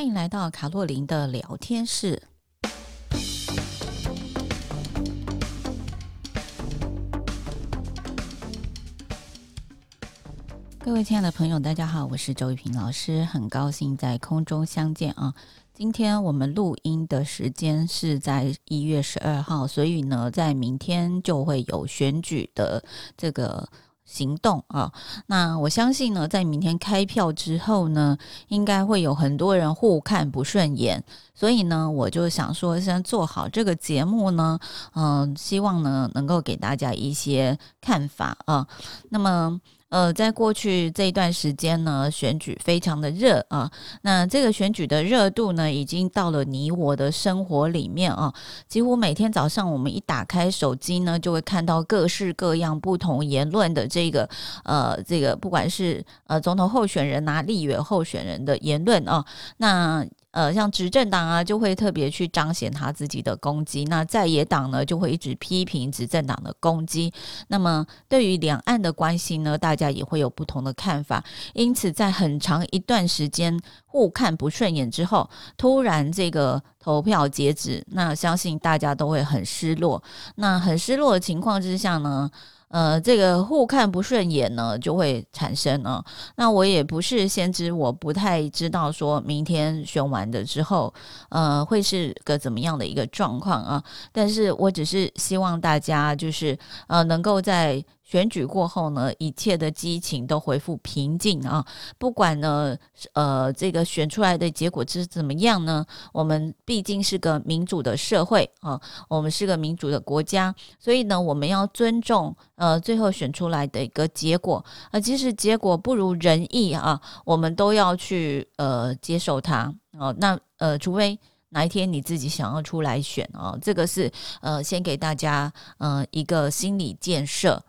欢迎来到卡洛琳的聊天室。各位亲爱的朋友，大家好，我是周玉萍老师，很高兴在空中相见啊。今天我们录音的时间是在1月12号，所以呢，在明天就会有选举的这个行动啊。那我相信呢，在明天开票之后呢，应该会有很多人互看不顺眼，所以呢，我就想说，现在做好这个节目呢，希望呢能够给大家一些看法啊。那么在过去这一段时间呢，选举非常的热啊。那这个选举的热度呢，已经到了你我的生活里面啊。几乎每天早上我们一打开手机呢，就会看到各式各样不同言论的这个不管是总统候选人啊、立委候选人的言论啊，那像执政党啊，就会特别去彰显他自己的攻击；那在野党呢，就会一直批评执政党的攻击。那么对于两岸的关系呢，大家也会有不同的看法。因此，在很长一段时间互看不顺眼之后，突然这个投票截止，那相信大家都会很失落。那很失落的情况之下呢，这个互看不顺眼呢就会产生啊。那我也不是先知，我不太知道说明天选完的之后，会是个怎么样的一个状况啊。但是我只是希望大家就是能够在选举过后呢，一切的激情都恢复平静啊。不管呢，这个选出来的结果是怎么样呢？我们毕竟是个民主的社会啊，我们是个民主的国家，所以呢，我们要尊重最后选出来的一个结果。即使结果不如人意啊，我们都要去接受它哦。那除非哪一天你自己想要出来选哦，这个是先给大家一个心理建设。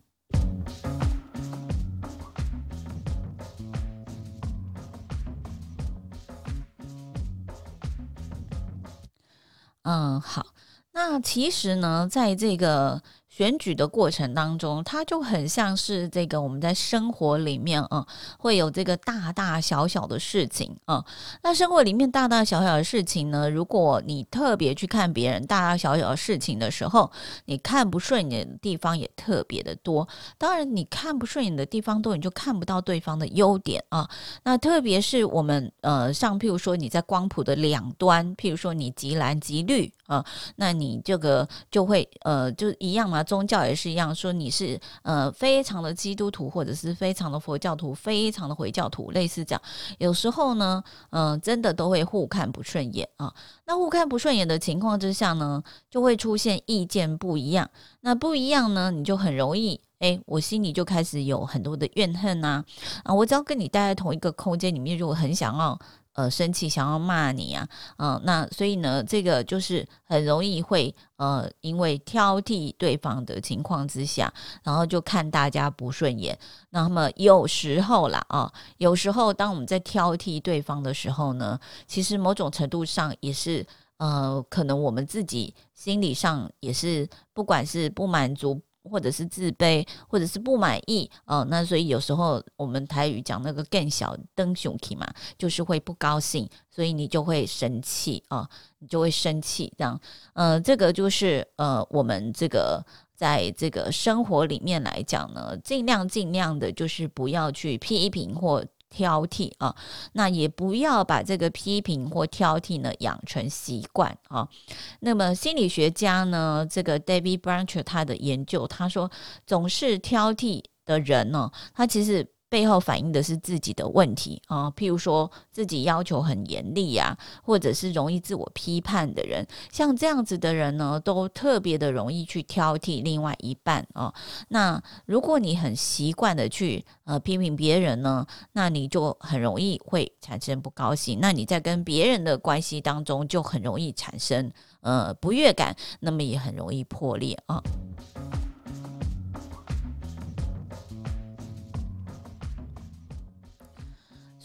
好。那其实呢，在这个选举的过程当中，它就很像是这个我们在生活里面会有这个大大小小的事情那生活里面大大小小的事情呢，如果你特别去看别人大大小小的事情的时候，你看不顺眼的地方也特别的多。当然你看不顺眼的地方多，你就看不到对方的优点啊。那特别是我们像譬如说你在光谱的两端，譬如说你极蓝极绿那你这个就会就一样嘛，宗教也是一样，说你是非常的基督徒，或者是非常的佛教徒，非常的回教徒，类似这样。有时候呢真的都会互看不顺眼啊。那互看不顺眼的情况之下呢，就会出现意见不一样。那不一样呢，你就很容易我心里就开始有很多的怨恨我只要跟你待在同一个空间里面，如果很想要生气，想要骂你那所以呢，这个就是很容易会因为挑剔对方的情况之下，然后就看大家不顺眼。那么有时候有时候当我们在挑剔对方的时候呢，其实某种程度上也是可能我们自己心理上也是，不管是不满足，或者是自卑，或者是不满意那所以有时候我们台语讲那个更小灯熊气嘛，就是会不高兴，所以你就会生气你就会生气这样。这个就是我们这个在这个生活里面来讲呢，尽量的就是不要去批评或挑剔那也不要把这个批评或挑剔呢养成习惯那么心理学家呢，这个 David Brancher 他的研究，他说总是挑剔的人呢，他其实背后反映的是自己的问题譬如说自己要求很严厉或者是容易自我批判的人，像这样子的人呢，都特别的容易去挑剔另外一半那如果你很习惯的去批评别人呢，那你就很容易会产生不高兴，那你在跟别人的关系当中就很容易产生不悦感，那么也很容易破裂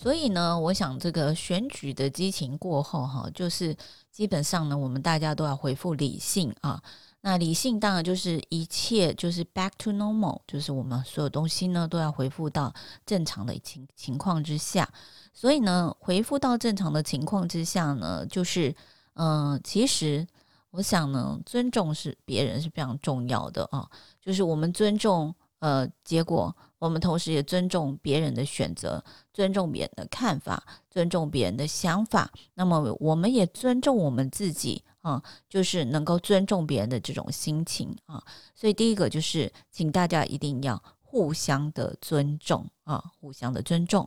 所以呢，我想这个选举的激情过后哈，就是基本上呢，我们大家都要恢复理性啊。那理性当然就是一切就是 back to normal， 就是我们所有东西呢都要恢复到正常的情况之下。所以呢，恢复到正常的情况之下呢，就是其实我想呢，尊重是别人是非常重要的啊，就是我们尊重结果，我们同时也尊重别人的选择，尊重别人的看法，尊重别人的想法。那么我们也尊重我们自己啊，就是能够尊重别人的这种心情啊。所以第一个就是，请大家一定要互相的尊重啊，互相的尊重。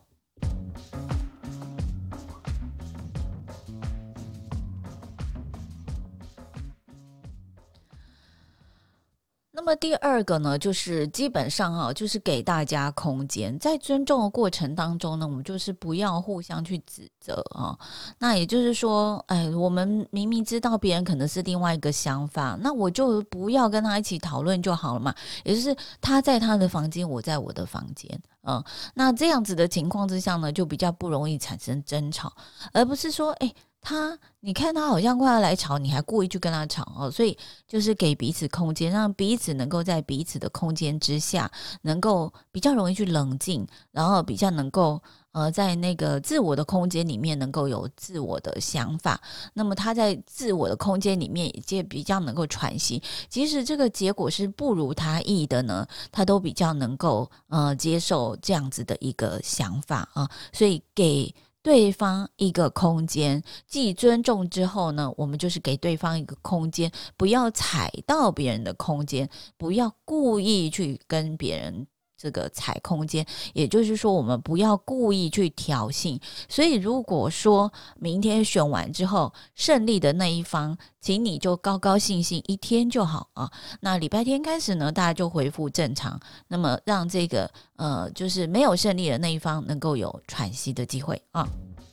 那么第二个呢，就是基本上就是给大家空间，在尊重的过程当中呢，我们就是不要互相去指责啊。那也就是说，我们明明知道别人可能是另外一个想法，那我就不要跟他一起讨论就好了嘛。也就是他在他的房间，我在我的房间，那这样子的情况之下呢，就比较不容易产生争吵，而不是说，你看他好像快要来吵，你还故意去跟他吵哦，所以就是给彼此空间，让彼此能够在彼此的空间之下，能够比较容易去冷静，然后比较能够在那个自我的空间里面能够有自我的想法，那么他在自我的空间里面也比较能够喘息，即使这个结果是不如他意的呢，他都比较能够接受这样子的一个想法啊，所以给对方一个空间，既尊重之后呢，我们就是给对方一个空间，不要踩到别人的空间，不要故意去跟别人这个踩空间，也就是说我们不要故意去挑衅。所以如果说明天选完之后胜利的那一方，请你就高高兴兴一天就好啊。那礼拜天开始呢，大家就恢复正常，那么让这个就是没有胜利的那一方能够有喘息的机会啊。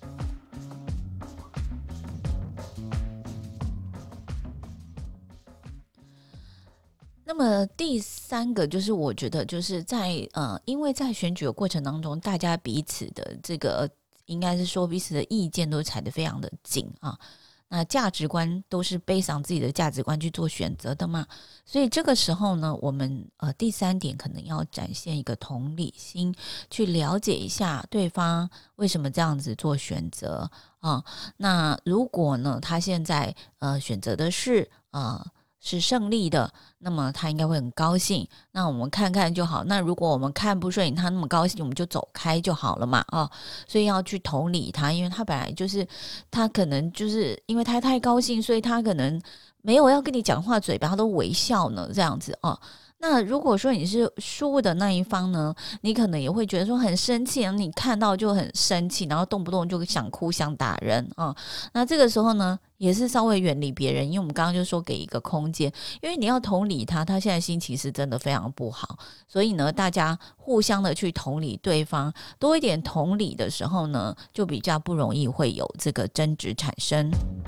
那么第三个就是我觉得就是因为在选举的过程当中，大家彼此的这个应该是说彼此的意见都踩得非常的紧啊，那价值观都是背上自己的价值观去做选择的嘛，所以这个时候呢，我们第三点可能要展现一个同理心，去了解一下对方为什么这样子做选择啊。那如果呢，他现在选择的是胜利的，那么他应该会很高兴。那我们看看就好。那如果我们看不顺眼他那么高兴，我们就走开就好了嘛。所以要去同理他，因为他本来就是他可能就是因为他太高兴，所以他可能没有要跟你讲话，嘴巴他都微笑呢，这样子哦。那如果说你是输的那一方呢，你可能也会觉得说很生气，你看到就很生气，然后动不动就想哭想打人啊。那这个时候呢，也是稍微远离别人，因为我们刚刚就说给一个空间，因为你要同理他现在心情是真的非常不好，所以呢，大家互相的去同理对方，多一点同理的时候呢，就比较不容易会有这个争执产生。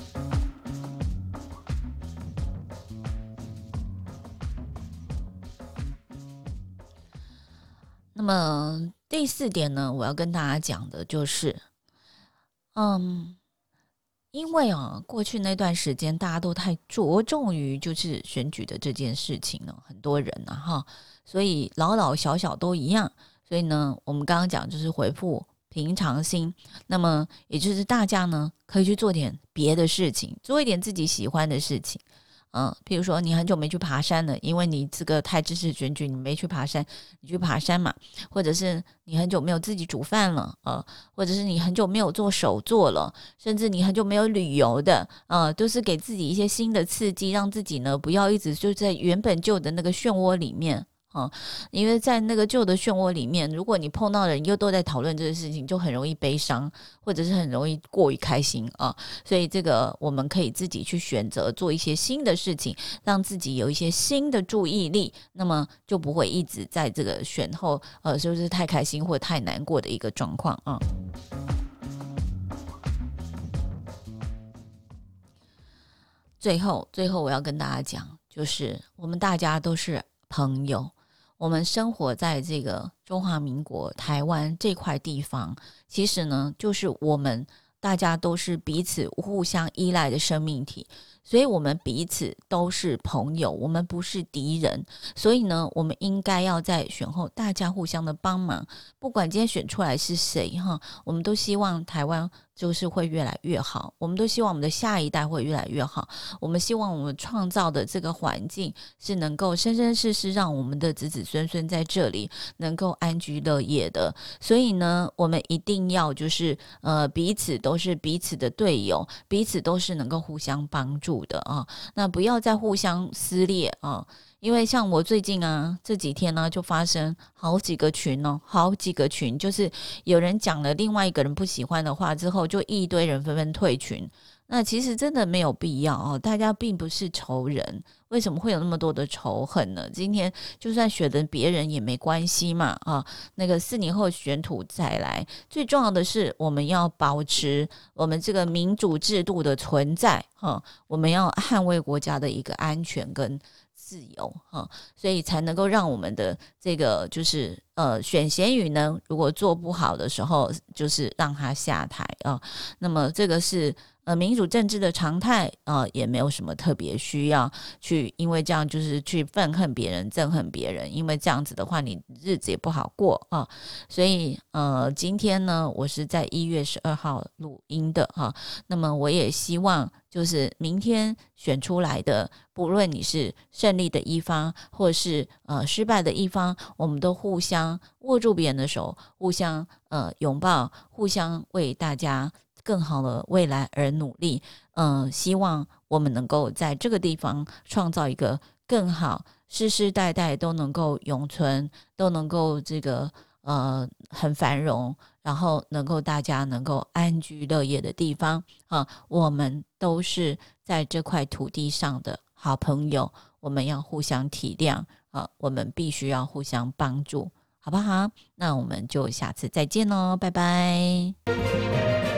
那么第四点呢，我要跟大家讲的就是，因为过去那段时间大家都太着重于就是选举的这件事情了，很多人所以老老小小都一样。所以呢，我们刚刚讲就是回复平常心，那么也就是大家呢可以去做点别的事情，做一点自己喜欢的事情。譬如说你很久没去爬山了，因为你这个太支持选举，你没去爬山，你去爬山嘛。或者是你很久没有自己煮饭了，或者是你很久没有做手作了，甚至你很久没有旅游的，都是给自己一些新的刺激，让自己呢不要一直就在原本旧的那个漩涡里面。因为在那个旧的漩涡里面，如果你碰到的人又都在讨论这个事情，就很容易悲伤，或者是很容易过于开心啊。所以这个我们可以自己去选择做一些新的事情，让自己有一些新的注意力，那么就不会一直在这个选后是不是太开心或太难过的一个状况啊。最后我要跟大家讲，就是我们大家都是朋友， 我们生活在这个中华民国台湾这块地方，其实呢，就是我们大家都是彼此互相依赖的生命体，所以我们彼此都是朋友，我们不是敌人。所以呢，我们应该要在选后大家互相的帮忙，不管今天选出来是谁哈，我们都希望台湾就是会越来越好，我们都希望我们的下一代会越来越好，我们希望我们创造的这个环境是能够生生世世让我们的子子孙孙在这里能够安居乐业的。所以呢，我们一定要就是彼此都是彼此的队友，彼此都是能够互相帮助的啊。那不要再互相撕裂啊。因为像我最近啊这几天呢，就发生好几个群，就是有人讲了另外一个人不喜欢的话之后，就一堆人纷纷退群。那其实真的没有必要哦，大家并不是仇人，为什么会有那么多的仇恨呢？今天就算选的别人也没关系嘛啊，那个4年后选土再来，最重要的是我们要保持我们这个民主制度的存在哈，我们要捍卫国家的一个安全跟自由哈，所以才能够让我们的这个就是选贤与能，如果做不好的时候，就是让他下台啊。那么这个是民主政治的常态也没有什么特别需要去，因为这样就是去愤恨别人、憎恨别人，因为这样子的话，你日子也不好过啊。所以今天呢，我是在1月12号录音的哈。那么我也希望就是明天选出来的，不论你是胜利的一方，或是失败的一方，我们都互相握住别人的手，互相拥抱，互相为大家更好的未来而努力。希望我们能够在这个地方创造一个更好，世世代代都能够永存，都能够这个很繁荣，然后能够大家能够安居乐业的地方我们都是在这块土地上的好朋友，我们要互相体谅我们必须要互相帮助，好不好？那我们就下次再见咯，拜拜。